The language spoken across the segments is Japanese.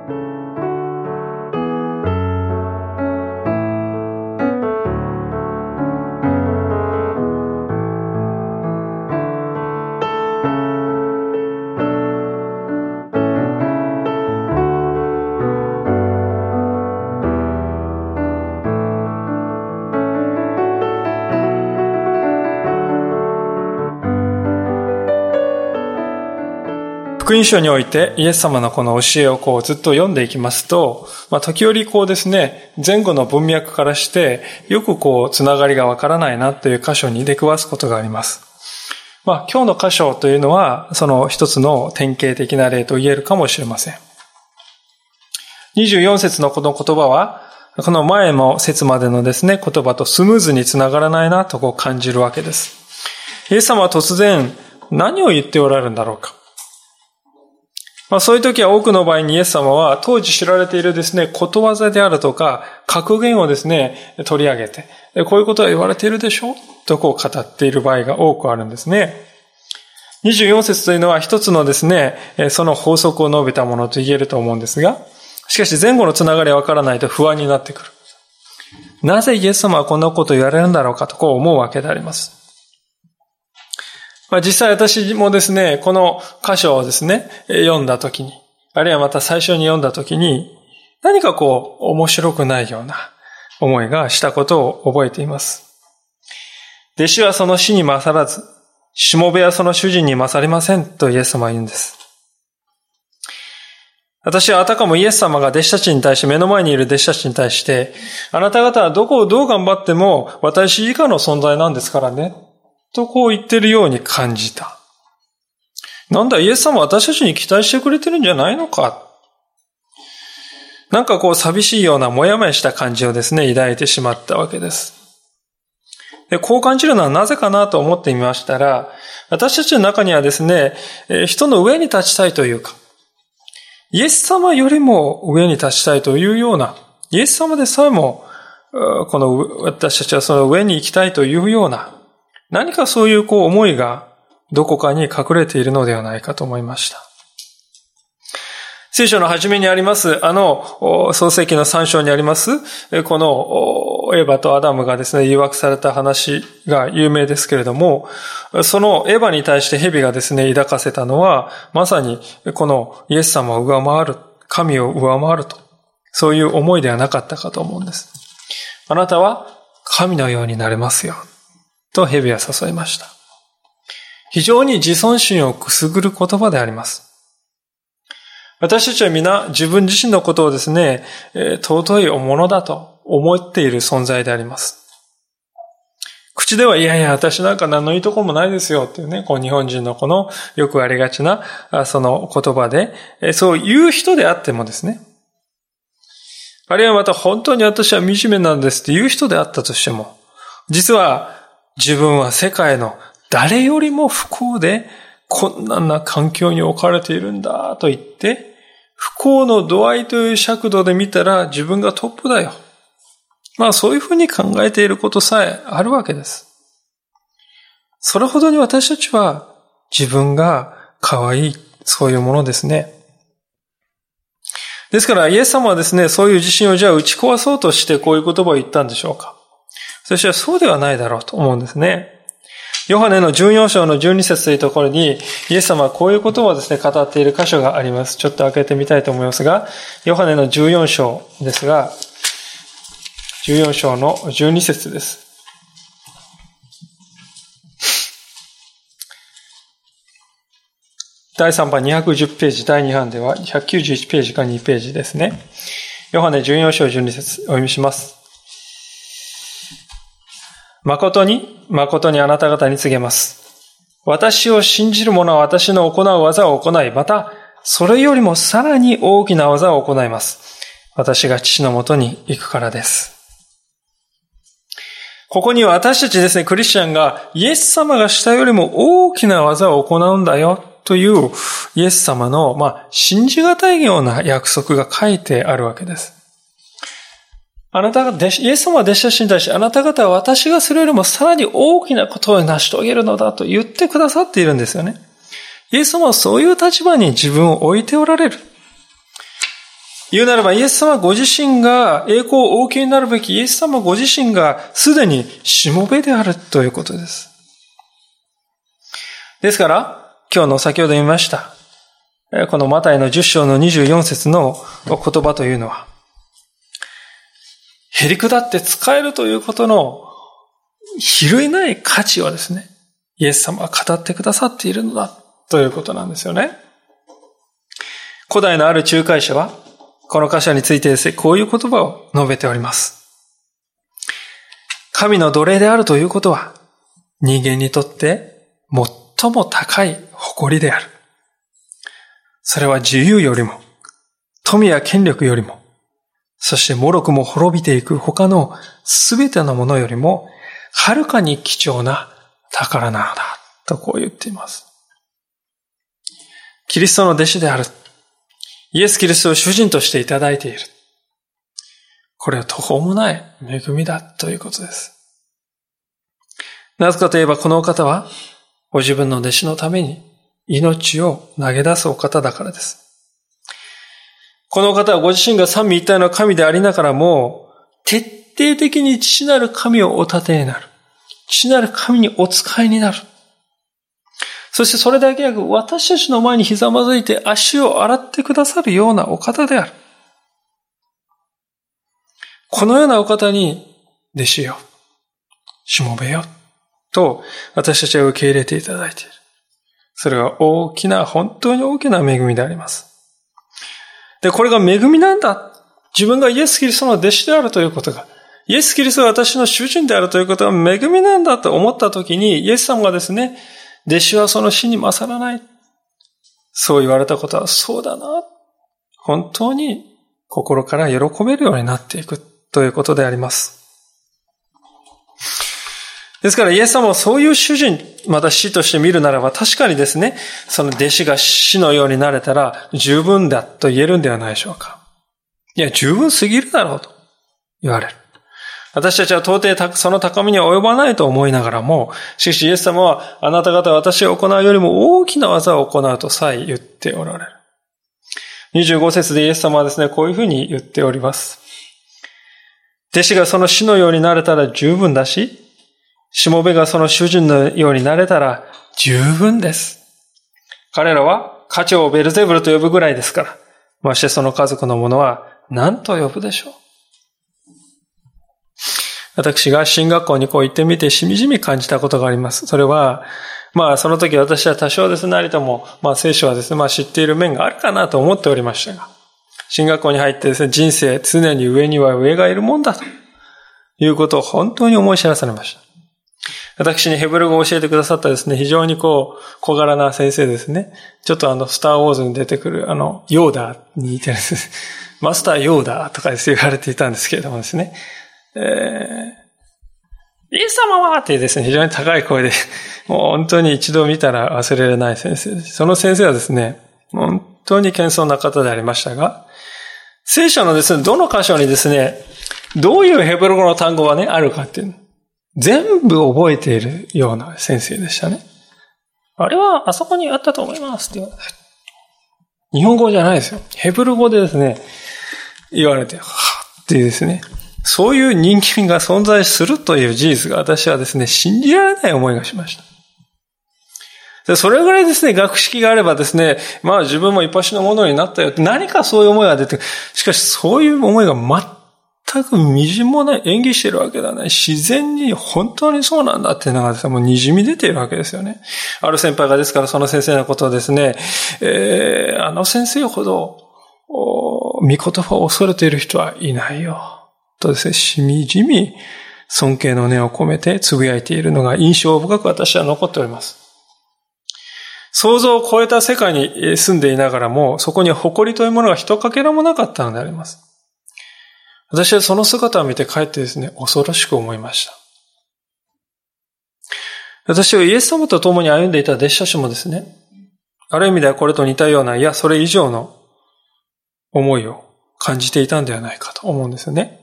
福音書においてイエス様のこの教えをずっと読んでいきますと、時折ですね、前後の文脈からしてよくつながりがわからないなという箇所に出くわすことがあります。今日の箇所というのはその一つの典型的な例と言えるかもしれません。24節のこの言葉は、この前の節までのですね、言葉とスムーズにつながらないなと感じるわけです。イエス様は突然何を言っておられるんだろうか。そういう時は多くの場合にイエス様は当時知られているですね、ことわざであるとか格言をですね、取り上げて、こういうことは言われているでしょと語っている場合が多くあるんですね。24節というのは一つのですね、その法則を述べたものと言えると思うんですが、しかし前後のつながりがわからないと不安になってくる。なぜイエス様はこんなことを言われるんだろうかと思うわけであります。実際私もですね、この箇所をですね、読んだときに、あるいはまた最初に読んだときに、何か面白くないような思いがしたことを覚えています。弟子はその師に勝らず、しもべはその主人に勝りませんとイエス様は言うんです。私はあたかもイエス様が弟子たちに対して、目の前にいる弟子たちに対して、あなた方はどこをどう頑張っても私以下の存在なんですからね。と言ってるように感じた。なんだ、イエス様は私たちに期待してくれてるんじゃないのか。なんか寂しいようなもやもやした感じをですね、抱いてしまったわけです。で、こう感じるのはなぜかなと思ってみましたら、私たちの中にはですね、人の上に立ちたいというか、イエス様よりも上に立ちたいというような、イエス様でさえも、私たちはその上に行きたいというような、何かそういう思いがどこかに隠れているのではないかと思いました。聖書の初めにあります、創世記の3章にあります、このエヴァとアダムがですね、誘惑された話が有名ですけれども、そのエヴァに対して蛇がですね、抱かせたのは、まさにこのイエス様を上回る、神を上回ると、そういう思いではなかったかと思うんです。あなたは神のようになれますよ。と蛇は誘いました。非常に自尊心をくすぐる言葉であります。私たちは皆自分自身のことをですね、尊いものだと思っている存在であります。口ではいやいや私なんか何のいいとこもないですよっていうね、日本人のこのよくありがちなその言葉で、そういう人であってもですね、あるいはまた本当に私は惨めなんですっていう人であったとしても、実は自分は世界の誰よりも不幸で困難な環境に置かれているんだと言って、不幸の度合いという尺度で見たら自分がトップだよ。そういうふうに考えていることさえあるわけです。それほどに私たちは自分が可愛い、そういうものですね。ですからイエス様はですね、そういう自信をじゃあ打ち壊そうとしてこういう言葉を言ったんでしょうか。そしてそうではないだろうと思うんですね。ヨハネの14章の12節というところに、イエス様はこういうことをですね、語っている箇所があります。ちょっと開けてみたいと思いますが、ヨハネの14章ですが、14章の12節です。第3版210ページ、第2版では191ページか2ページですね。ヨハネ14章12節お読みします。誠にあなた方に告げます。私を信じる者は私の行う技を行い、また、それよりもさらに大きな技を行います。私が父のもとに行くからです。ここには私たちですね、クリスチャンがイエス様がしたよりも大きな技を行うんだよというイエス様の、信じがたいような約束が書いてあるわけです。イエス様は弟子たちに対して、あなた方は私がするよりもさらに大きなことを成し遂げるのだと言ってくださっているんですよね。イエス様はそういう立場に自分を置いておられる。 言うならばイエス様ご自身が栄光をお受けになるべきイエス様ご自身がすでにしもべであるということです。ですから、今日の先ほど言いました、このマタイの10章の24節の言葉というのは、へりくだって使えるということの比類ない価値をですね、イエス様は語ってくださっているのだということなんですよね。古代のある仲介者は、この箇所についてですね、こういう言葉を述べております。神の奴隷であるということは、人間にとって最も高い誇りである。それは自由よりも、富や権力よりも、そして脆くも滅びていく他のすべてのものよりも、はるかに貴重な宝なのだ、とこう言っています。キリストの弟子である。イエス・キリストを主人としていただいている。これは途方もない恵みだということです。なぜかといえばこのお方はご自分の弟子のために命を投げ出すお方だからです。このお方はご自身が三位一体の神でありながらも徹底的に父なる神をお立てになる。父なる神にお使いになる。そしてそれだけなく私たちの前にひざまずいて足を洗ってくださるようなお方である。このようなお方に弟子よ、しもべよと私たちは受け入れていただいている。それは大きな、本当に大きな恵みであります。で、これが恵みなんだ。自分がイエス・キリストの弟子であるということが、イエス・キリストが私の主人であるということが恵みなんだと思ったときに、イエス様がですね、弟子はその死に勝らない。そう言われたことはそうだな。本当に心から喜べるようになっていくということであります。ですからイエス様をそういう主人、また死として見るならば確かにですね、その弟子が死のようになれたら十分だと言えるんではないでしょうか。いや、十分すぎるだろうと言われる。私たちは到底その高みには及ばないと思いながらも、しかしイエス様はあなた方は私が行うよりも大きな技を行うとさえ言っておられる。25節でイエス様はですね、こういうふうに言っております。弟子がその死のようになれたら十分だし、しもべがその主人のようになれたら十分です。彼らは家長をベルゼブルと呼ぶぐらいですから、ましてその家族の者は何と呼ぶでしょう。私が進学校に行ってみてしみじみ感じたことがあります。それは、その時私は多少ですね、なりとも、聖書はですね、知っている面があるかなと思っておりましたが、進学校に入ってですね、人生常に上には上がいるもんだということを本当に思い知らされました。私にヘブル語を教えてくださったですね、非常に小柄な先生ですね。ちょっとスターウォーズに出てくるヨーダーに似てるんです。マスターヨーダーとかです言われていたんですけれどもですね。イエス様はってですね、非常に高い声で、もう本当に一度見たら忘れられない先生です。その先生はですね、本当に謙遜な方でありましたが、聖書のですね、どの箇所にですね、どういうヘブル語の単語がね、あるかっていうの、全部覚えているような先生でしたね。あれはあそこにあったと思いますって言われて。日本語じゃないですよ。ヘブル語でですね、言われて、はぁっていうですね、そういう人間が存在するという事実が私はですね、信じられない思いがしました。でそれぐらいですね、学識があればですね、自分も一発のものになったよって何かそういう思いが出てくる。しかしそういう思いが全くみじんもない演技しているわけではない。自然に本当にそうなんだっていうのがですね、もう滲み出ているわけですよね。ある先輩がですからその先生のことをですね、あの先生ほど御言葉を恐れている人はいないよ。とですね、しみじみ尊敬の念を込めてつぶやいているのが印象深く私は残っております。想像を超えた世界に住んでいながらも、そこに誇りというものが一かけらもなかったのであります。私はその姿を見て帰ってですね、恐ろしく思いました。私はイエス様と共に歩んでいた弟子たちもですね、ある意味ではこれと似たような、いや、それ以上の思いを感じていたんではないかと思うんですよね。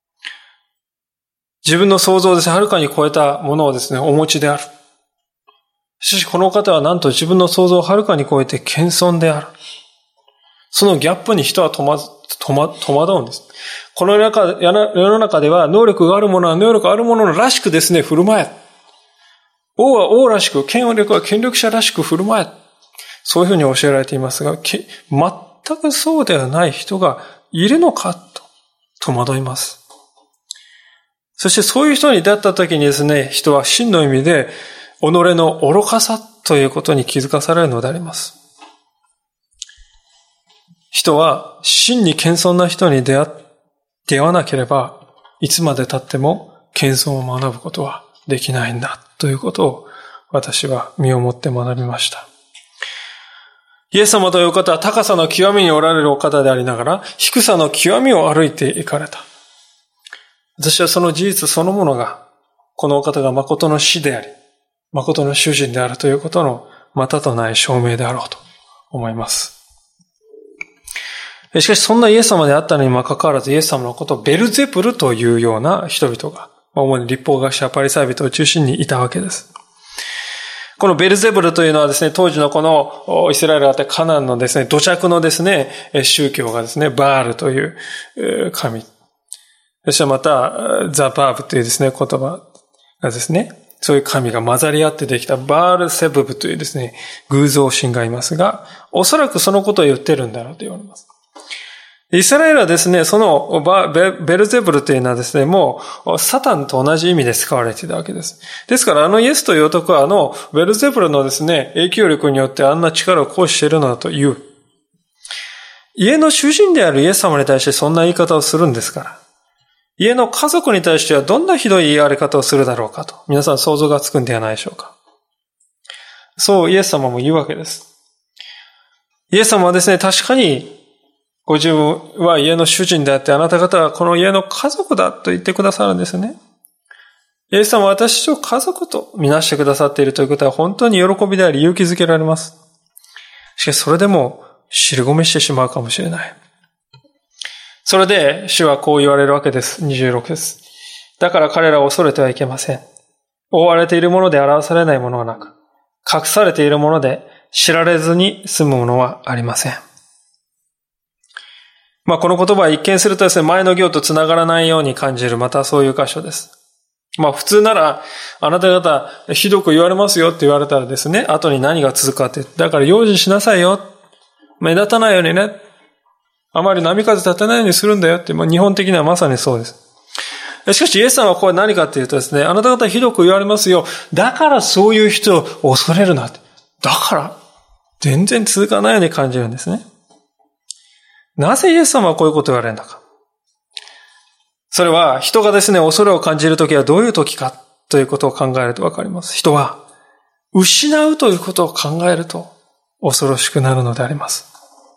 自分の想像をですね、はるかに超えたものをですね、お持ちである。しかしこの方はなんと自分の想像をはるかに超えて謙遜である。 そのギャップに人は戸惑うんです。この世の中では能力がある者は能力ある者らしくですね、振る舞え。王は王らしく、権力は権力者らしく振る舞え。そういうふうに教えられていますが、全くそうではない人がいるのかと戸惑います。そしてそういう人に出会った時にですね、人は真の意味で己の愚かさということに気づかされるのであります。人は真に謙遜な人に出会わなければ、いつまで経っても謙遜を学ぶことはできないんだということを私は身をもって学びました。イエス様という方は高さの極みにおられるお方でありながら、低さの極みを歩いていかれた。私はその事実そのものが、このお方が誠の師であり、誠の主人であるということのまたとない証明であろうと思います。しかしそんなイエス様であったのにもかかわらず、イエス様のことをベルゼブルというような人々が、主に律法学者パリサイ人を中心にいたわけです。このベルゼブルというのはですね、当時のこのイスラエルあってカナンのですね、土着のですね、宗教がですね、バールという神。そしてまた、ザ・バーブというですね、言葉がですね、そういう神が混ざり合ってできたバールセブブというですね、偶像神がいますが、おそらくそのことを言ってるんだろうと言われます。イスラエルはですね、そのベルゼブルというのはですね、もうサタンと同じ意味で使われていたわけです。ですからイエスという男はベルゼブルのですね、影響力によってあんな力を行使しているのだという。家の主人であるイエス様に対してそんな言い方をするんですから。家の家族に対してはどんなひどい言われ方をするだろうかと。皆さん想像がつくんではないでしょうか。そうイエス様も言うわけです。イエス様はですね、確かにご自分は家の主人であって、あなた方はこの家の家族だと言ってくださるんですね。イエス様は私を家族とみなしてくださっているということは本当に喜びであり勇気づけられます。しかしそれでも尻込みしてしまうかもしれない。それで主はこう言われるわけです。26です。だから彼らを恐れてはいけません。覆われているもので表されないものはなく、隠されているもので知られずに済むものはありません。この言葉は一見するとですね、前の行と繋がらないように感じる、またそういう箇所です。普通なら、あなた方、ひどく言われますよって言われたらですね、後に何が続くかって、だから用心しなさいよ。目立たないようにね。あまり波風立てないようにするんだよって、日本的にはまさにそうです。しかし、イエスさんはこれ何かっていうとですね、あなた方ひどく言われますよ。だからそういう人を恐れるなって。だから、全然続かないように感じるんですね。なぜイエス様はこういうことを言われるのか。それは人がですね、恐れを感じるときはどういうときかということを考えるとわかります。人は失うということを考えると恐ろしくなるのであります。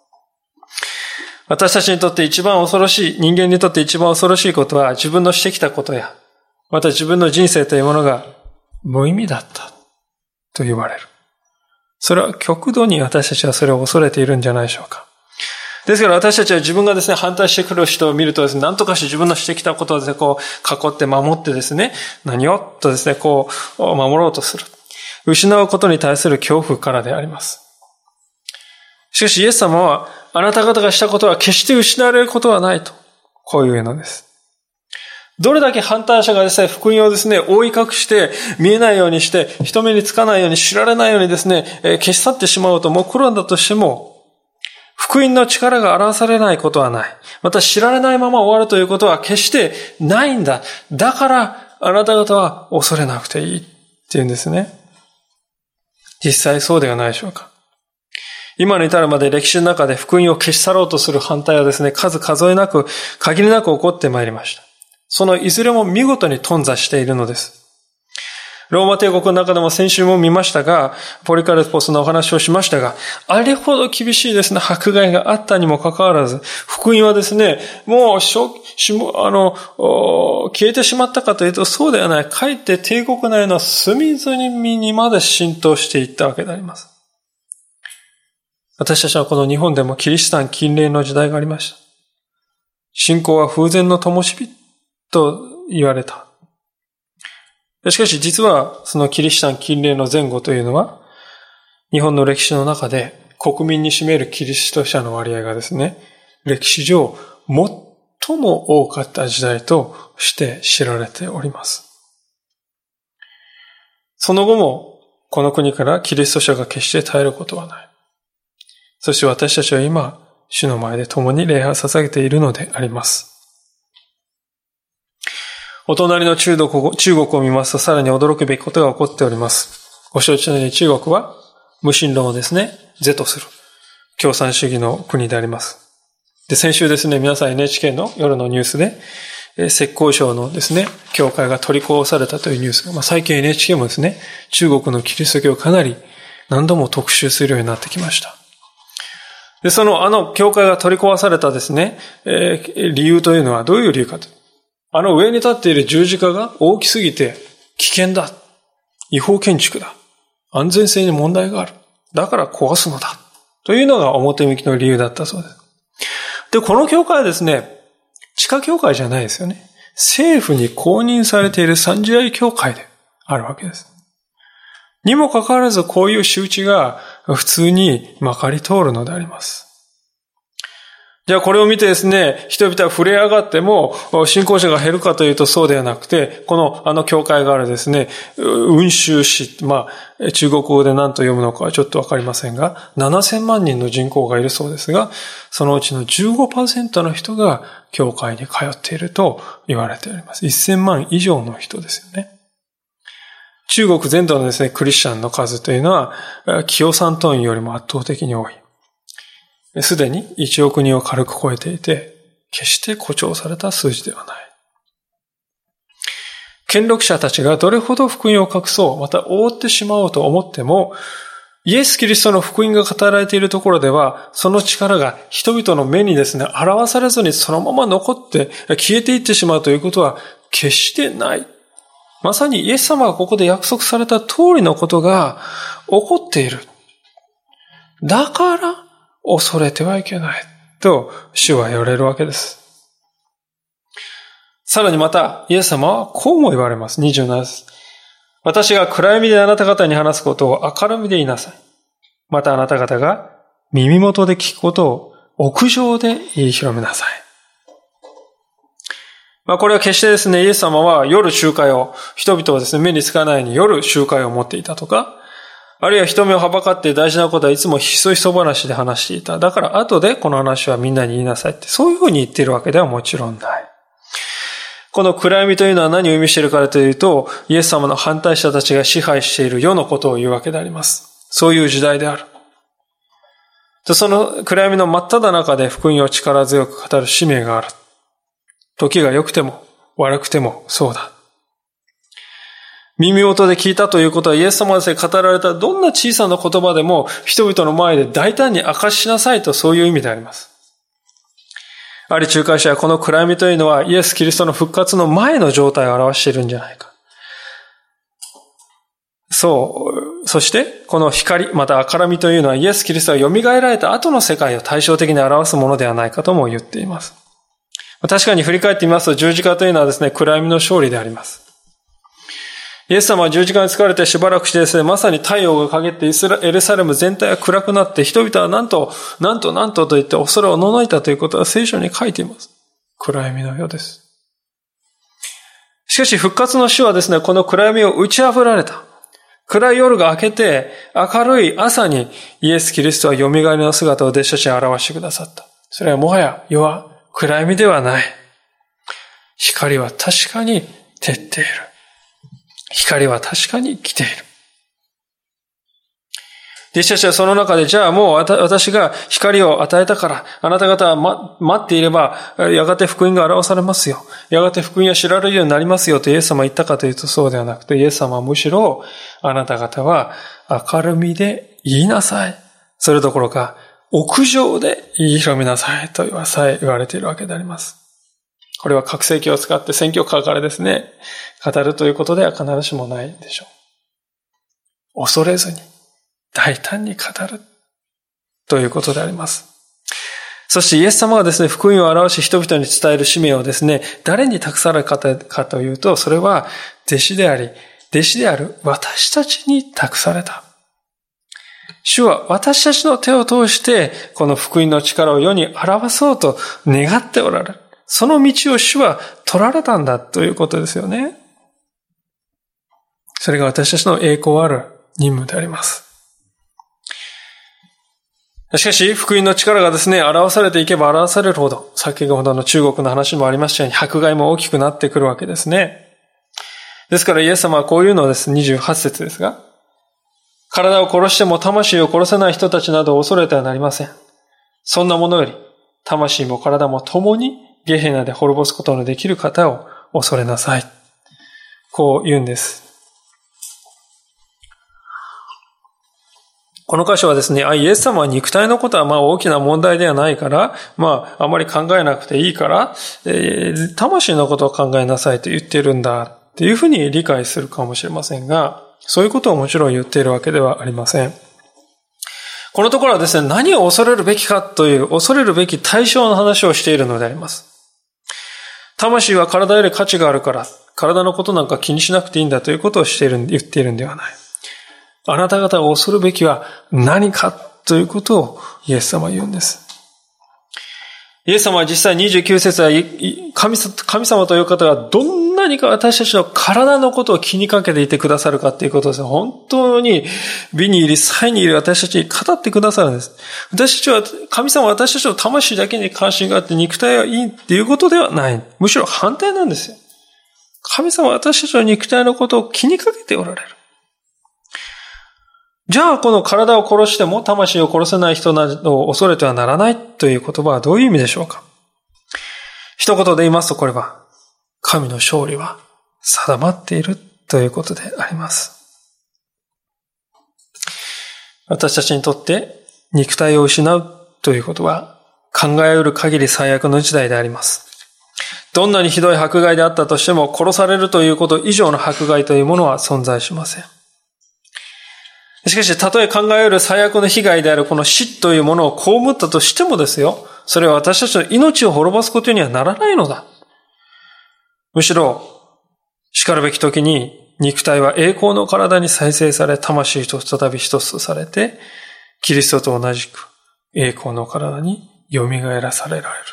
私たちにとって一番恐ろしい、人間にとって一番恐ろしいことは自分のしてきたことや、また自分の人生というものが無意味だったと言われる。それは極度に私たちはそれを恐れているんじゃないでしょうか。ですから私たちは自分がですね、反対してくる人を見るとですね、何とかして自分のしてきたことをですね、囲って守ってですね、何をとですね、守ろうとする。失うことに対する恐怖からであります。しかしイエス様は、あなた方がしたことは決して失われることはないと、こういうのです。どれだけ反対者がですね、福音をですね、覆い隠して見えないようにして、人目につかないように知られないようにですね、消し去ってしまうとも黒んだとしても、福音の力が表されないことはない。また知られないまま終わるということは決してないんだ。だからあなた方は恐れなくていいっていうんですね。実際そうではないでしょうか。今に至るまで歴史の中で福音を消し去ろうとする反対はですね、数えなく、限りなく起こってまいりました。そのいずれも見事に頓挫しているのです。ローマ帝国の中でも先週も見ましたが、ポリカルポスのお話をしましたが、あれほど厳しいですね、迫害があったにもかかわらず、福音はですね、もう消えてしまったかというとそうではない。かえって帝国内の隅々にまで浸透していったわけであります。私たちはこの日本でもキリシタン禁令の時代がありました。信仰は風前の灯火と言われた。しかし実はそのキリシタン禁令の前後というのは日本の歴史の中で国民に占めるキリスト者の割合がですね、歴史上最も多かった時代として知られております。その後もこの国からキリスト者が決して絶えることはない。そして私たちは今、主の前で共に礼拝を捧げているのであります。お隣の中国を見ますとさらに驚くべきことが起こっております。ご承知のように中国は無神論をですね、是とする共産主義の国であります。で、先週ですね、皆さん NHK の夜のニュースで、浙江省のですね、教会が取り壊されたというニュースが、最近 NHK もですね、中国のキリスト教をかなり何度も特集するようになってきました。で、教会が取り壊されたですね、理由というのはどういう理由かと。上に立っている十字架が大きすぎて危険だ。違法建築だ。安全性に問題がある。だから壊すのだ。というのが表向きの理由だったそうです。で、この教会はですね、地下教会じゃないですよね。政府に公認されている三次会教会であるわけです。にもかかわらずこういう仕打ちが普通にまかり通るのであります。じゃあこれを見てですね、人々は触れ上がっても信仰者が減るかというとそうではなくて、この教会があるですね、雲州市、中国語で何と読むのかはちょっとわかりませんが、7000万人の人口がいるそうですが、そのうちの 15% の人が教会に通っていると言われております。1000万以上の人ですよね。中国全土のですね、クリスチャンの数というのは、共産党員よりも圧倒的に多い。すでに1億人を軽く超えていて、決して誇張された数字ではない。権力者たちがどれほど福音を隠そう、また覆ってしまおうと思っても、イエス・キリストの福音が語られているところでは、その力が人々の目にですね、表されずにそのまま残って消えていってしまうということは決してない。まさにイエス様がここで約束された通りのことが起こっている。だから、恐れてはいけないと主は言われるわけです。さらにまたイエス様はこうも言われます。27です。私が暗闇であなた方に話すことを明るみで言いなさい。またあなた方が耳元で聞くことを屋上で言い広めなさい。これは決してですね、イエス様は夜集会を、人々をですね、目につかないように夜集会を持っていたとか、あるいは人目をはばかって大事なことはいつもひそひそ話で話していた。だから後でこの話はみんなに言いなさいって、そういうふうに言っているわけではもちろんない。この暗闇というのは何を意味しているかというと、イエス様の反対者たちが支配している世のことを言うわけであります。そういう時代である。その暗闇の真っ只中で福音を力強く語る使命がある。時が良くても悪くてもそうだ。耳元で聞いたということはイエス様で語られたどんな小さな言葉でも人々の前で大胆に明かししなさいとそういう意味であります。ある仲介者はこの暗闇というのはイエス・キリストの復活の前の状態を表しているんじゃないか。そしてこの光また明るみというのはイエス・キリストが蘇られた後の世界を対照的に表すものではないかとも言っています。確かに振り返ってみますと十字架というのはですね、暗闇の勝利であります。イエス様は十字架に疲れてしばらくしてですね、まさに太陽が陰ってエルサレム全体が暗くなって人々はなんとと言って恐れをののいたということは聖書に書いています。暗闇の世です。しかし復活の主はですね、この暗闇を打ち破られた。暗い夜が明けて明るい朝にイエス・キリストは蘇りの姿を弟子たちに表してくださった。それはもはや世は暗闇ではない。光は確かに照っている。光は確かに来ている。弟子たちはその中で、じゃあもう私が光を与えたから、あなた方は待っていれば、やがて福音が表されますよ。やがて福音が知られるようになりますよとイエス様は言ったかというとそうではなくて、イエス様はむしろ、あなた方は明るみで言いなさい。それどころか、屋上で言い広めなさいと言われているわけであります。これは拡声器を使って選挙カーからですね、語るということでは必ずしもないでしょう。恐れずに、大胆に語るということであります。そしてイエス様がですね、福音を表し人々に伝える使命をですね、誰に託されたかというと、それは弟子である私たちに託された。 主は私たちの手を通して、この福音の力を世に表そうと願っておられる。その道を主は取られたんだということですよね。それが私たちの栄光ある任務であります。しかし、福音の力がですね、表されていけば表されるほど、先ほどの中国の話もありましたように、迫害も大きくなってくるわけですね。ですからイエス様はこういうのをですね、28節ですが、体を殺しても魂を殺せない人たちなどを恐れてはなりません。そんなものより、魂も体も共にゲヘナで滅ぼすことのできる方を恐れなさい。こう言うんです。この箇所はですね、イエス様は肉体のことは大きな問題ではないから、あまり考えなくていいから、魂のことを考えなさいと言っているんだっていうふうに理解するかもしれませんが、そういうことをもちろん言っているわけではありません。このところはですね、何を恐れるべきかという恐れるべき対象の話をしているのであります。魂は体より価値があるから、体のことなんか気にしなくていいんだということを言っているんではない。あなた方が恐るべきは何かということをイエス様は言うんです。イエス様は実際29節は神様という方がどんなにか私たちの体のことを気にかけていてくださるかということです。本当に美に入り才に入り私たちに語ってくださるんです。神様は私たちの魂だけに関心があって肉体はいいっていうことではない。むしろ反対なんですよ。神様は私たちの肉体のことを気にかけておられる。じゃあこの体を殺しても魂を殺せない人などを恐れてはならないという言葉はどういう意味でしょうか。一言で言いますとこれは神の勝利は定まっているということであります。私たちにとって肉体を失うということは考えうる限り最悪の事態であります。どんなにひどい迫害であったとしても殺されるということ以上の迫害というものは存在しません。しかし、たとえ考えうる最悪の被害であるこの死というものを被ったとしてもですよ、それは私たちの命を滅ぼすことにはならないのだ。むしろ、しかるべき時に肉体は栄光の体に再生され、魂と再び一つとされて、キリストと同じく栄光の体に蘇らされられる。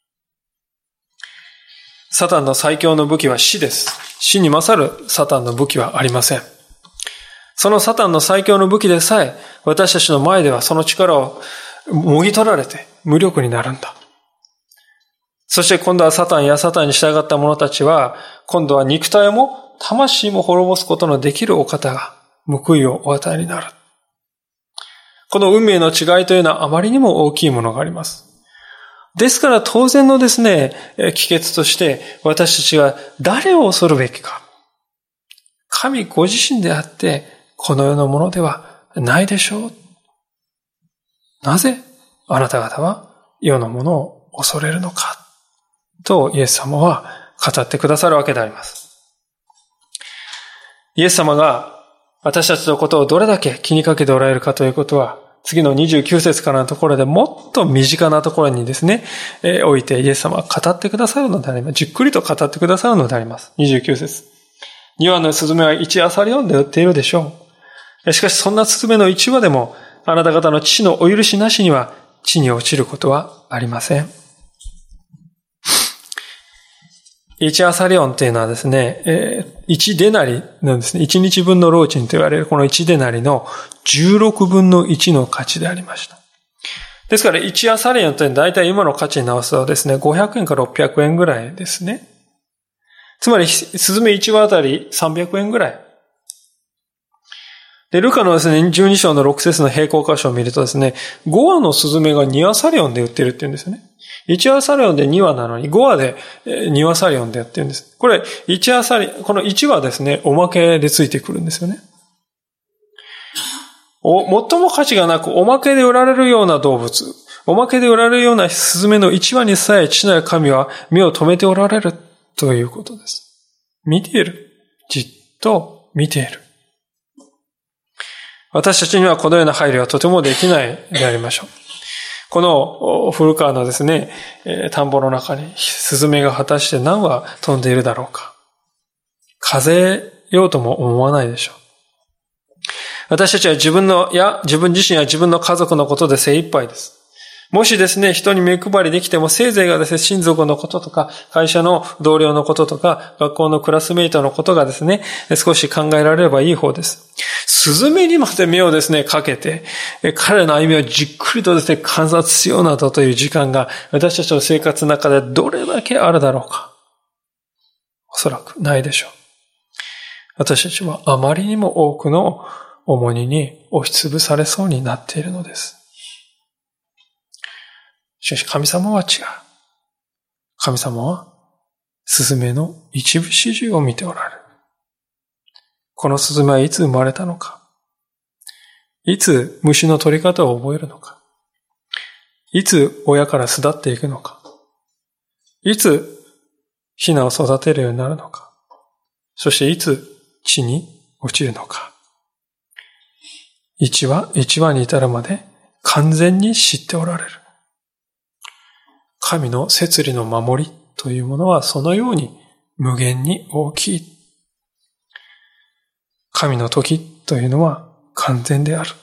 サタンの最強の武器は死です。死に勝るサタンの武器はありません。そのサタンの最強の武器でさえ、私たちの前ではその力をもぎ取られて無力になるんだ。そして今度はサタンやサタンに従った者たちは、今度は肉体も魂も滅ぼすことのできるお方が報いをお与えになる。この運命の違いというのはあまりにも大きいものがあります。ですから当然のですね、帰結として私たちは誰を恐るべきか。神ご自身であってこの世のものではないでしょう。なぜあなた方は世のものを恐れるのかとイエス様は語ってくださるわけであります。イエス様が私たちのことをどれだけ気にかけておられるかということは次の29節からのところでもっと身近なところにですね、おいてイエス様は語ってくださるのであります。じっくりと語ってくださるのであります。29節。2羽のスズメは1アサリオンで売っているでしょう。しかしそんなスズメの1羽でもあなた方の父のお許しなしには地に落ちることはありません。1アサリオンというのはですね、1デナリなんですね。1日分の労賃と言われるこの1デナリの16分の1の価値でありました。ですから1アサリオンというのは大体今の価値に直すとですね、500円から600円ぐらいですね。つまりスズメ1羽あたり300円ぐらい。で、ルカのですね、12章の6節の並行箇所を見るとですね、5羽のスズメが2アサリオンで売ってるって言うんですよね。1アサリオンで2羽なのに5羽で2アサリオンでやってるんです。これ、この1羽ですね、おまけでついてくるんですよね。最も価値がなく、おまけで売られるような動物、おまけで売られるようなスズメの1羽にさえ父なる神は目を留めておられるということです。見ている。じっと見ている。私たちにはこのような配慮はとてもできないでありましょう。この古川のですね、田んぼの中にスズメが果たして何羽飛んでいるだろうか。数えようとも思わないでしょう。 私たちは自分自身や自分の家族のことで精一杯です。もしですね、人に目配りできても、せいぜいがですね、親族のこととか、会社の同僚のこととか、学校のクラスメイトのことがですね、少し考えられればいい方です。スズメにまで目をですね、かけて、彼の歩みをじっくりとですね、観察しようなどという時間が、私たちの生活の中でどれだけあるだろうか。おそらくないでしょう。私たちはあまりにも多くの重荷に押しつぶされそうになっているのです。しかし神様は違う。神様はスズメの一部始終を見ておられる。このスズメはいつ生まれたのか。いつ虫の取り方を覚えるのか。いつ親から巣立っていくのか。いつヒナを育てるようになるのか。そしていつ地に落ちるのか。一話に至るまで完全に知っておられる。神の摂理の守りというものはそのように無限に大きい。神の時というのは完全である。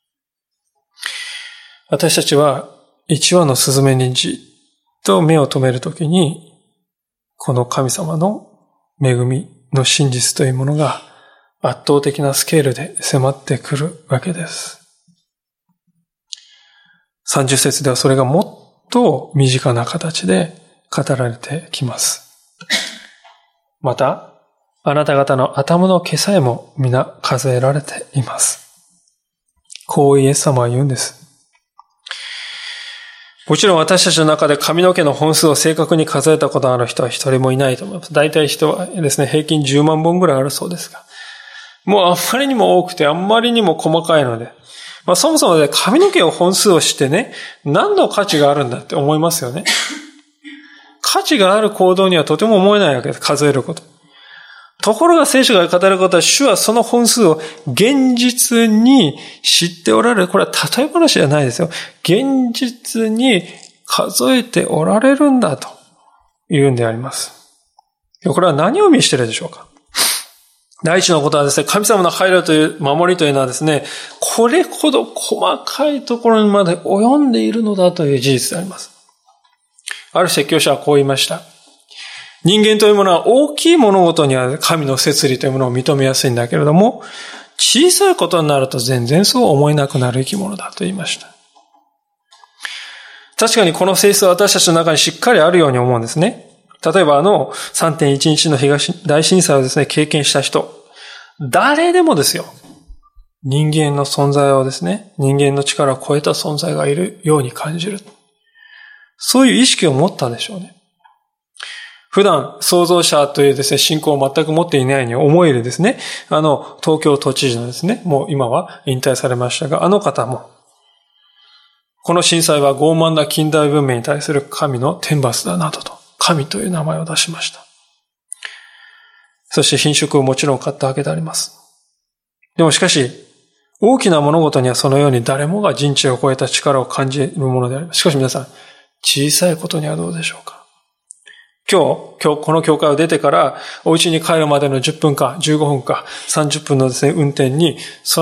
私たちは一羽のスズメにじっと目を留めるときに、この神様の恵みの真実というものが圧倒的なスケールで迫ってくるわけです。30節ではそれがもっと身近な形で語られてきます。また、あなた方の頭の毛さえも皆数えられています。こうイエス様は言うんです。もちろん私たちの中で髪の毛の本数を正確に数えたことのある人は一人もいないと思います。大体人はですね、平均10万本ぐらいあるそうですが。もうあんまりにも多くて、あんまりにも細かいので、そもそもね、髪の毛を本数をしてね、何の価値があるんだって思いますよね。価値がある行動にはとても思えないわけです。数えること。ところが聖書が語ることは、主はその本数を現実に知っておられる。これは例え話じゃないですよ。現実に数えておられるんだというんであります。これは何を意味しているでしょうか。第一のことはですね、神様の配慮という守りというのはですね、これほど細かいところにまで及んでいるのだという事実であります。ある説教者はこう言いました。人間というものは大きい物事には神の摂理というものを認めやすいんだけれども、小さいことになると全然そう思えなくなる生き物だと言いました。確かにこの性質は私たちの中にしっかりあるように思うんですね。例えば3.11 の東大震災をですね、経験した人、誰でもですよ、人間の存在をですね、人間の力を超えた存在がいるように感じる。そういう意識を持ったでしょうね。普段、創造者というですね、信仰を全く持っていないように思えるですね、東京都知事のですね、もう今は引退されましたが、あの方も、この震災は傲慢な近代文明に対する神の天罰だなどと、神という名前を出しました。そして品種をもちろん買ったわけであります。でもしかし、大きな物事にはそのように誰もが人知を超えた力を感じるものであります。しかし皆さん、小さいことにはどうでしょうか。今日この教会を出てからお家に帰るまでの10分か15分か30分のですね、運転に、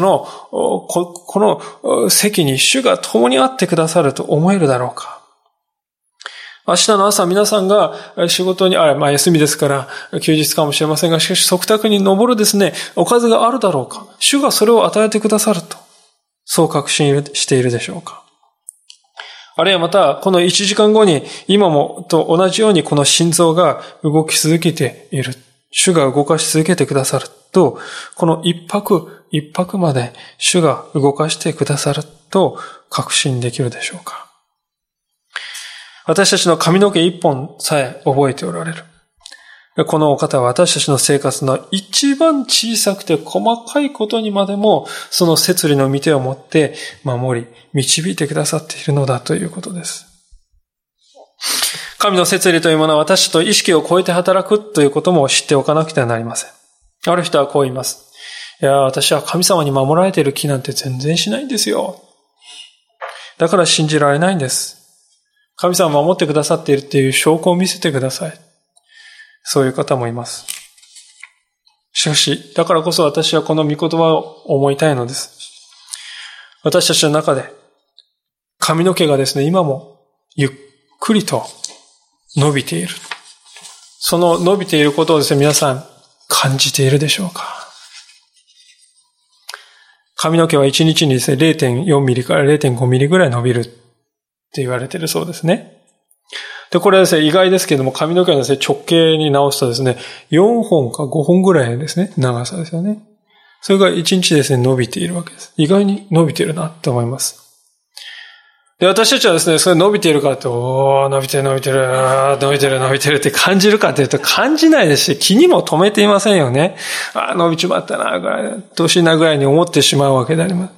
この席に主が共にあってくださると思えるだろうか。明日の朝皆さんが仕事に、休みですから休日かもしれませんが、しかし食卓に上るですね、おかずがあるだろうか。主がそれを与えてくださると、そう確信しているでしょうか。あるいはまた、この1時間後に今もと同じようにこの心臓が動き続けている。主が動かし続けてくださると、この一泊一泊まで主が動かしてくださると確信できるでしょうか。私たちの髪の毛一本さえ覚えておられる。このお方は私たちの生活の一番小さくて細かいことにまでもその摂理の御手を持って守り、導いてくださっているのだということです。神の摂理というものは私と意識を超えて働くということも知っておかなくてはなりません。ある人はこう言います。いや、私は神様に守られている気なんて全然しないんですよ。だから信じられないんです。神様を守ってくださっているっていう証拠を見せてください。そういう方もいます。ししかし、だからこそ私はこの御言葉を思いたいのです。私たちの中で、髪の毛がですね、今もゆっくりと伸びている。その伸びていることをですね、皆さん感じているでしょうか？髪の毛は1日にですね、0.4 ミリから 0.5 ミリぐらい伸びるって言われているそうですね。で、これはですね、意外ですけれども、髪の毛のですね、直径に直すとですね、4本か5本ぐらいですね、長さですよね。それが1日ですね、伸びているわけです。意外に伸びているなと思います。で、私たちはですね、それ伸びているからって、伸びてる伸びてる、伸びてる伸びてるって感じるかというと感じないですし、気にも留めていませんよね。伸びちまったな、ぐらい、どうしなぐらいに思ってしまうわけであります。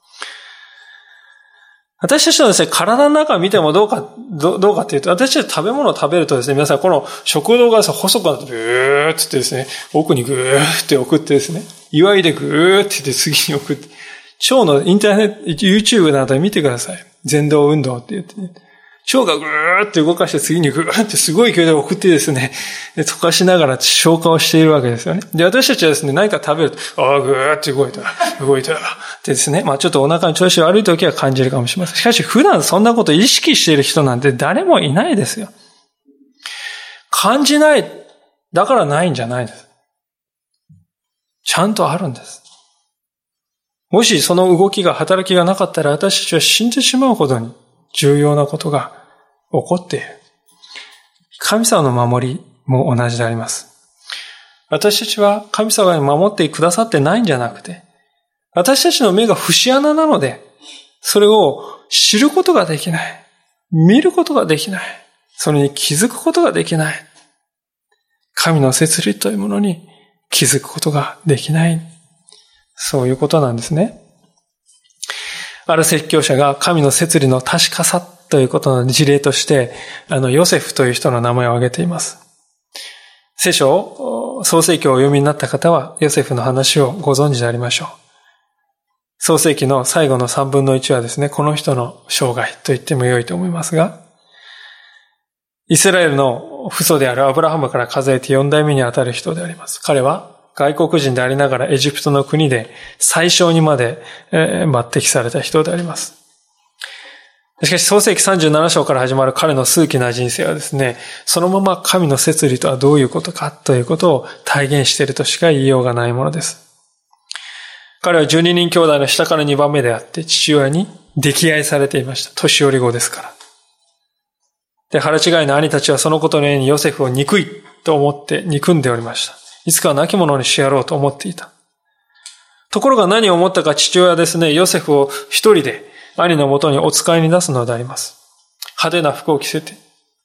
私たちのですね、体の中を見てもどうかっていうと、私たち食べ物を食べるとですね、皆さんこの食道がですね、細くなって、ぐーってですね、奥にぐーって送ってですね、岩井でぐーって言って次に送って、腸のインターネット、YouTube などで見てください。前動運動って言ってね。腸がぐーって動かして次にぐーってすごい勢いで送ってですね、溶かしながら消化をしているわけですよね。で、私たちはですね、何か食べると、ぐーって動いたってですね、ちょっとお腹の調子悪い時は感じるかもしれません。しかし普段そんなこと意識している人なんて誰もいないですよ。感じない。だからないんじゃないです。ちゃんとあるんです。もしその動きが、働きがなかったら私たちは死んでしまうほどに重要なことが起こっている。神様の守りも同じであります。私たちは神様が守ってくださってないんじゃなくて、私たちの目が節穴なので、それを知ることができない。見ることができない。それに気づくことができない。神の摂理というものに気づくことができない。そういうことなんですね。ある説教者が神の摂理の確かさということの事例として、ヨセフという人の名前を挙げています。聖書を、創世記をお読みになった方は、ヨセフの話をご存知でありましょう。創世記の最後の3分の1はですね、この人の生涯と言っても良いと思いますが、イスラエルの父祖であるアブラハムから数えて4代目にあたる人であります。彼は外国人でありながらエジプトの国で宰相にまで抜擢された人であります。しかし創世記37章から始まる彼の数奇な人生はですね、そのまま神の摂理とはどういうことかということを体現しているとしか言いようがないものです。彼は12人兄弟の下から2番目であって父親に溺愛されていました。年寄り子ですから。で、腹違いの兄たちはそのことのようにヨセフを憎いと思って憎んでおりました。いつかは亡き者にしてやろうと思っていた。ところが何を思ったか父親はですね、ヨセフを一人で兄のもとにお使いに出すのであります。派手な服を着せて。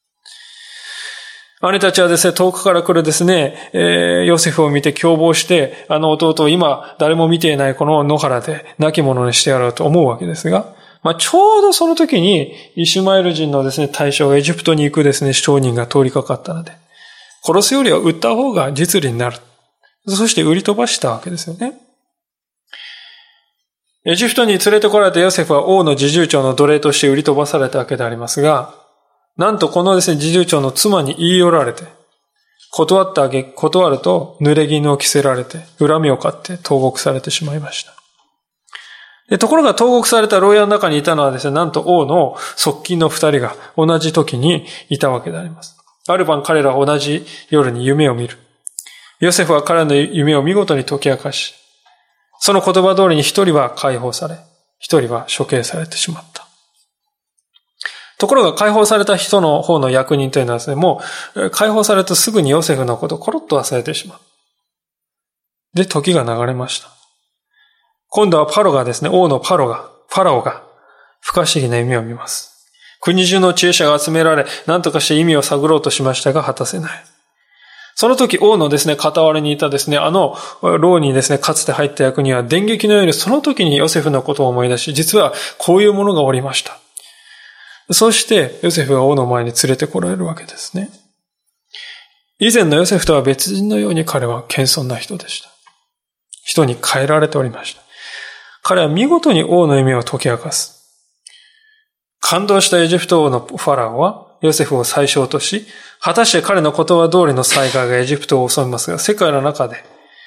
兄たちはですね、遠くから来るですね、ヨセフを見て凶暴して、弟を今誰も見ていないこの野原で亡き者にしてやろうと思うわけですが、ちょうどその時にイシュマエル人のですね、大将がエジプトに行くですね、商人が通りかかったので、殺すよりは売った方が実利になる。そして売り飛ばしたわけですよね。エジプトに連れてこられたヨセフは王の侍従長の奴隷として売り飛ばされたわけでありますが、なんとこのですね、侍従長の妻に言い寄られて、断ると濡れ衣を着せられて、恨みを買って投獄されてしまいました。ところが投獄された牢屋の中にいたのはですね、なんと王の側近の2人が同じ時にいたわけであります。ある晩彼らは同じ夜に夢を見る。ヨセフは彼の夢を見事に解き明かし、その言葉通りに一人は解放され、一人は処刑されてしまった。ところが解放された人の方の役人というのはですね、もう解放されてすぐにヨセフのことをコロッと忘れてしまう。で、時が流れました。今度はパロがですね、王のファラオが不可思議な夢を見ます。国中の知恵者が集められ、何とかして意味を探ろうとしましたが果たせない。その時王のですね、傍らにいたですね、牢にですね、かつて入った役人は電撃のようにその時にヨセフのことを思い出し、実はこういうものがおりました。そしてヨセフが王の前に連れてこられるわけですね。以前のヨセフとは別人のように彼は謙遜な人でした。人に変えられておりました。彼は見事に王の夢を解き明かす。感動したエジプト王のファラオはヨセフを宰相とし、果たして彼の言葉通りの災害がエジプトを襲いますが、世界の中で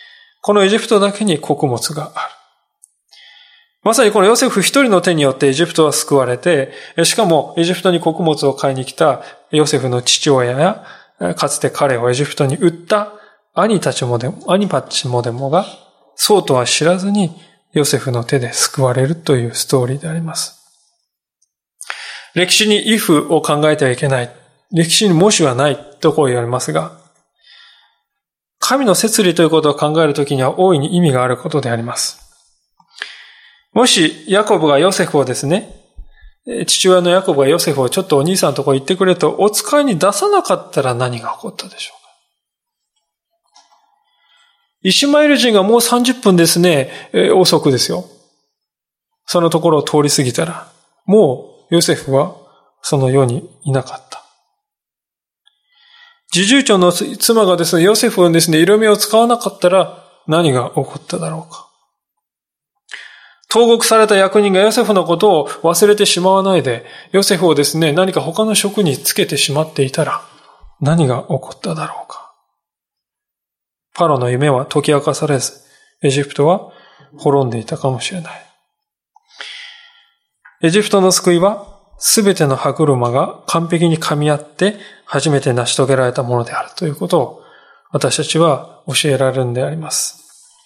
このエジプトだけに穀物がある。まさにこのヨセフ一人の手によってエジプトは救われて、しかもエジプトに穀物を買いに来たヨセフの父親や、かつて彼をエジプトに売った兄たちもでもが、そうとは知らずにヨセフの手で救われるというストーリーであります。歴史に if を考えてはいけない。歴史にもしはないとこう言われますが、神の摂理ということを考えるときには大いに意味があることであります。もしヤコブがヨセフをですね、父親のヤコブがヨセフをちょっとお兄さんのところ行ってくれとお使いに出さなかったら何が起こったでしょうか。イシュマエル人がもう30分ですね、遅くですよ。そのところを通り過ぎたら、もうヨセフはその世にいなかった。侍従長の妻がですね、ヨセフをですね、色目を使わなかったら何が起こっただろうか。投獄された役人がヨセフのことを忘れてしまわないで、ヨセフをですね、何か他の職につけてしまっていたら何が起こっただろうか。パロの夢は解き明かされず、エジプトは滅んでいたかもしれない。エジプトの救いは、すべての歯車が完璧に噛み合って初めて成し遂げられたものであるということを私たちは教えられるんであります。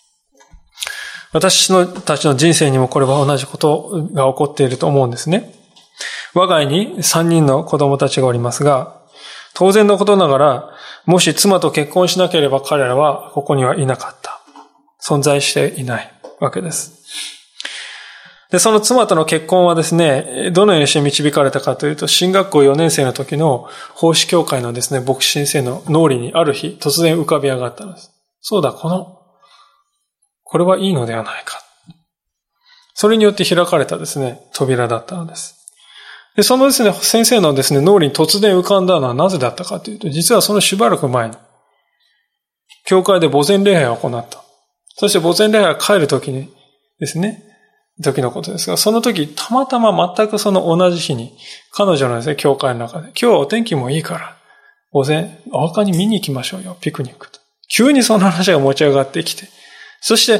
私たちの人生にもこれは同じことが起こっていると思うんですね。我が家に3人の子供たちがおりますが、当然のことながら、もし妻と結婚しなければ彼らはここにはいなかった。存在していないわけです。で、その妻との結婚はですね、どのようにして導かれたかというと、進学校4年生の時の奉仕協会のですね、牧師先生の脳裏にある日突然浮かび上がったのです。そうだ、これはいいのではないか。それによって開かれたですね、扉だったのです。で、そのですね、先生のですね、脳裏に突然浮かんだのはなぜだったかというと、実はそのしばらく前に、教会で墓前礼拝を行った。そして墓前礼拝が帰る時にですね、時のことですが、その時、たまたま全くその同じ日に、彼女のですね、教会の中で、今日はお天気もいいから、お墓に見に行きましょうよ、ピクニックと。急にその話が持ち上がってきて、そして、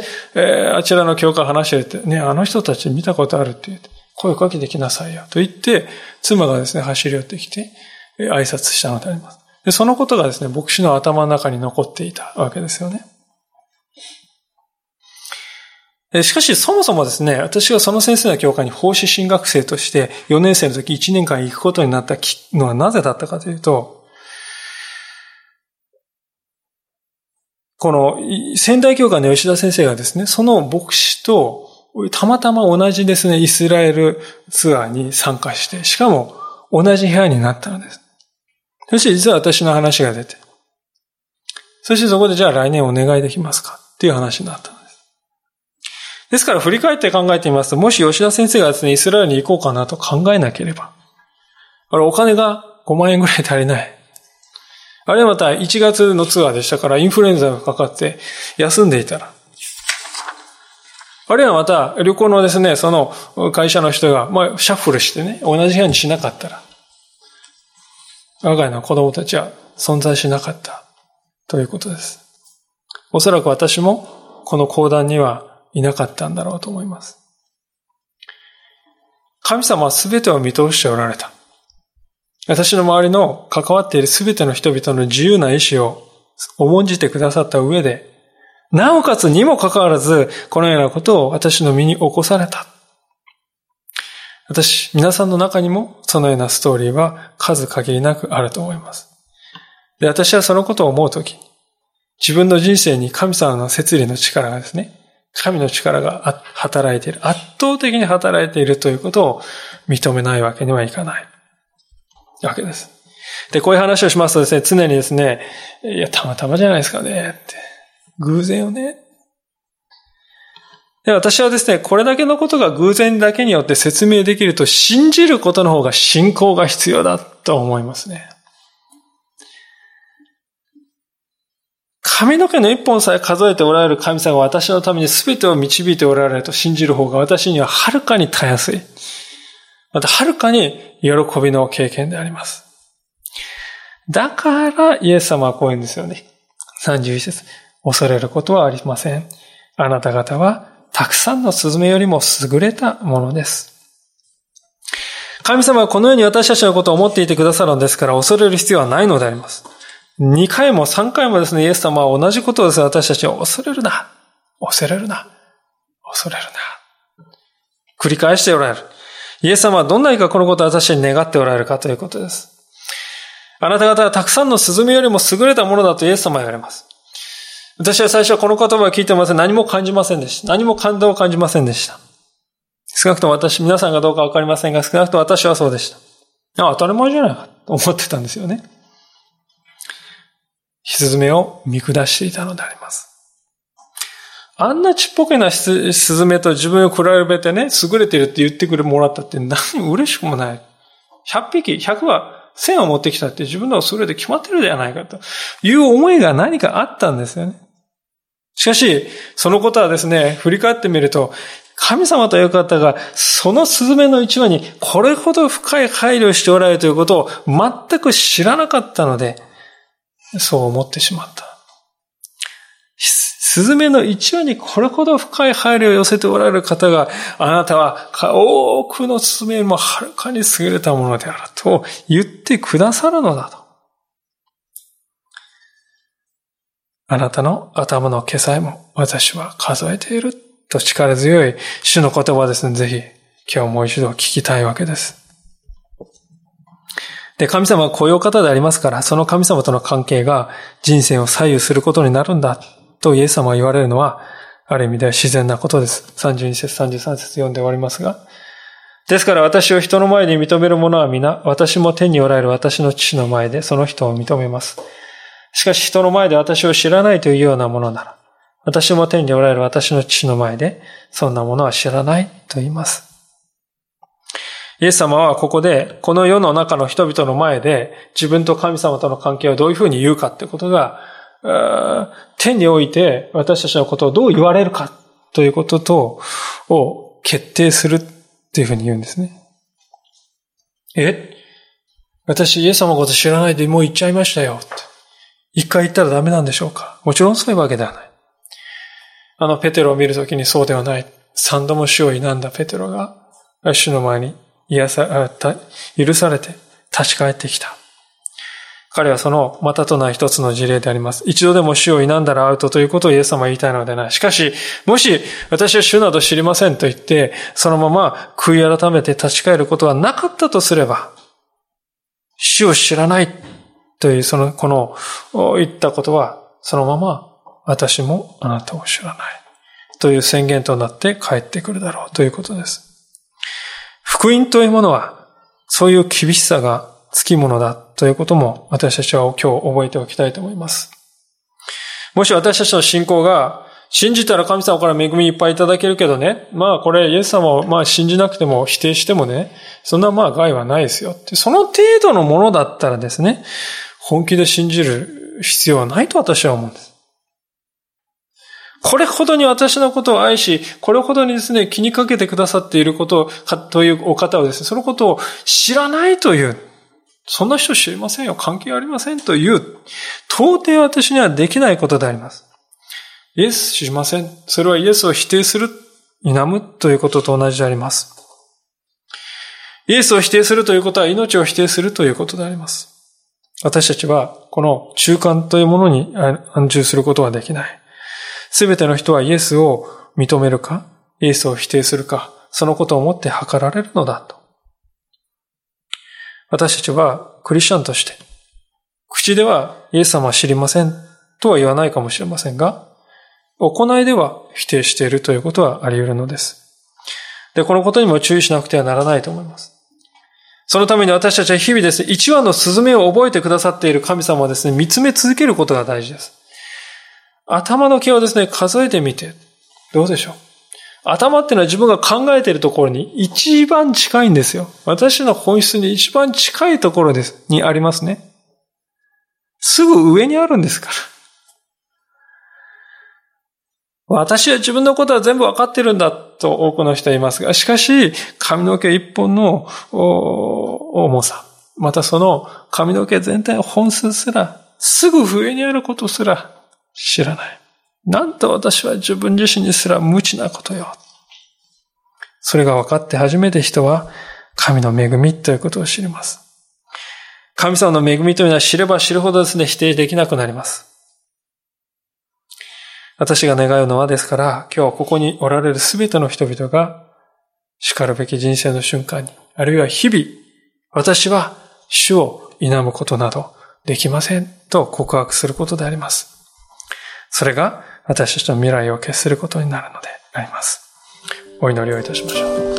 あちらの教会話してて、ね、あの人たち見たことあるって言って、声かけてきなさいよ、と言って、妻がですね、走り寄ってきて、挨拶したのであります。で、そのことがですね、牧師の頭の中に残っていたわけですよね。しかし、そもそもですね、私がその先生の教会に奉仕神学生として4年生の時1年間行くことになったのはなぜだったかというと、この仙台教会の吉田先生がですね、その牧師とたまたま同じですね、イスラエルツアーに参加して、しかも同じ部屋になったのです。そして実は私の話が出て、そしてそこでじゃあ来年お願いできますかっていう話になったのです。ですから振り返って考えてみますと、もし吉田先生がですね、イスラエルに行こうかなと考えなければ、お金が5万円ぐらい足りない。あるいはまた1月のツアーでしたからインフルエンザがかかって休んでいたら。あるいはまた旅行のですね、その会社の人がシャッフルしてね、同じ部屋にしなかったら、我が家の子供たちは存在しなかったということです。おそらく私もこの講談にはいなかったんだろうと思います。神様は全てを見通しておられた。私の周りの関わっているすべての人々の自由な意志を重んじてくださった上で、なおかつにもかかわらず、このようなことを私の身に起こされた。皆さんの中にもそのようなストーリーは数限りなくあると思います。で、私はそのことを思うときに、自分の人生に神様の摂理の力がですね、神の力が働いている、圧倒的に働いているということを認めないわけにはいかない。わけです。で、こういう話をしますとですね、常にですね、いや、たまたまじゃないですかね、って。偶然よね。で、私はですね、これだけのことが偶然だけによって説明できると信じることの方が信仰が必要だと思いますね。髪の毛の一本さえ数えておられる神様が私のために全てを導いておられると信じる方が私にははるかにたやすい。またはるかに喜びの経験であります。だからイエス様はこう言うんですよね。31節。 恐れることはありません。あなた方はたくさんのスズメよりも優れたものです。神様はこのように私たちのことを思っていてくださるのですから、恐れる必要はないのであります。2回も3回もですね、イエス様は同じことをですね、私たちを恐れるな、恐れるな、恐れるな。繰り返しておられる。イエス様はどんなにかこのことを私に願っておられるかということです。あなた方はたくさんのスズメよりも優れたものだとイエス様は言われます。私は最初はこの言葉を聞いても何も感じませんでした。何も感動を感じませんでした。少なくとも皆さんがどうかわかりませんが、少なくとも私はそうでした。当たり前じゃないかと思ってたんですよね。スズメを見下していたのであります。あんなちっぽけなスズメと自分を比べてね、優れてるって言ってくれもらったって嬉しくもない。100匹、100は1000を持ってきたって自分の優れて決まってるではないかという思いが何かあったんですよね。しかし、そのことはですね、振り返ってみると、神様という方がそのスズメの一羽にこれほど深い配慮をしておられるということを全く知らなかったので、そう思ってしまった。スズメの一羽にこれほど深い配慮を寄せておられる方が、あなたは多くのスズメよりもはるかに優れたものであると言ってくださるのだと。あなたの頭の毛さえも私は数えていると力強い主の言葉ですね。ぜひ今日もう一度聞きたいわけです。で、神様はこういう方でありますから、その神様との関係が人生を左右することになるんだとイエス様が言われるのは、ある意味では自然なことです。32節33節読んで終わりますが。ですから私を人の前で認める者は皆、私も天におられる私の父の前でその人を認めます。しかし人の前で私を知らないというようなものなら、私も天におられる私の父の前でそんなものは知らないと言います。イエス様はここで、この世の中の人々の前で自分と神様との関係をどういうふうに言うかってことが、天において私たちのことをどう言われるかということを決定するっていうふうに言うんですね。私イエス様のこと知らないでもう言っちゃいましたよって。一回言ったらダメなんでしょうか？もちろんそういうわけではない。ペテロを見るときにそうではない。3度も主を否んだペテロが主の前に許されて立ち返ってきた。彼はそのまたとない一つの事例であります。一度でも主を否んだらアウトということをイエス様は言いたいのではない。しかし、もし私は主など知りませんと言って、そのまま悔い改めて立ち返ることはなかったとすれば、主を知らないというこの言ったことは、そのまま私もあなたを知らないという宣言となって帰ってくるだろうということです。福音というものは、そういう厳しさがつきものだということも私たちは今日覚えておきたいと思います。もし私たちの信仰が信じたら神様から恵みいっぱいいただけるけどね、これイエス様を信じなくても否定してもね、そんな害はないですよって、その程度のものだったらですね、本気で信じる必要はないと私は思うんです。これほどに私のことを愛し、これほどにですね、気にかけてくださっていることというお方をですね、そのことを知らないという、そんな人知りませんよ、関係ありませんという、到底私にはできないことであります。イエス知りません。それはイエスを否定する、否むということと同じであります。イエスを否定するということは命を否定するということであります。私たちはこの中間というものに安住することはできない。すべての人はイエスを認めるか、イエスを否定するか、そのことをもって測られるのだと。私たちはクリスチャンとして、口ではイエス様は知りませんとは言わないかもしれませんが、行いでは否定しているということはあり得るのです。で、このことにも注意しなくてはならないと思います。そのために私たちは日々ですね、一羽のスズメを覚えてくださっている神様をですね、見つめ続けることが大事です。頭の毛をですね、数えてみて、どうでしょう。頭っていうのは自分が考えているところに一番近いんですよ。私の本質に一番近いところにありますね。すぐ上にあるんですから。私は自分のことは全部わかってるんだと多くの人は言いますが、しかし髪の毛一本の重さ、またその髪の毛全体の本質すら、すぐ上にあることすら知らない。 なんと私は自分自身にすら無知なことよ。それが分かって初めて人は神の恵みということを知ります。神様の恵みというのは知れば知るほどですね、否定できなくなります。私が願うのはですから、今日ここにおられるすべての人々が、叱るべき人生の瞬間に、あるいは日々、私は主を否むことなどできませんと告白することであります。それが私たちの未来を決することになるのであります。お祈りをいたしましょう。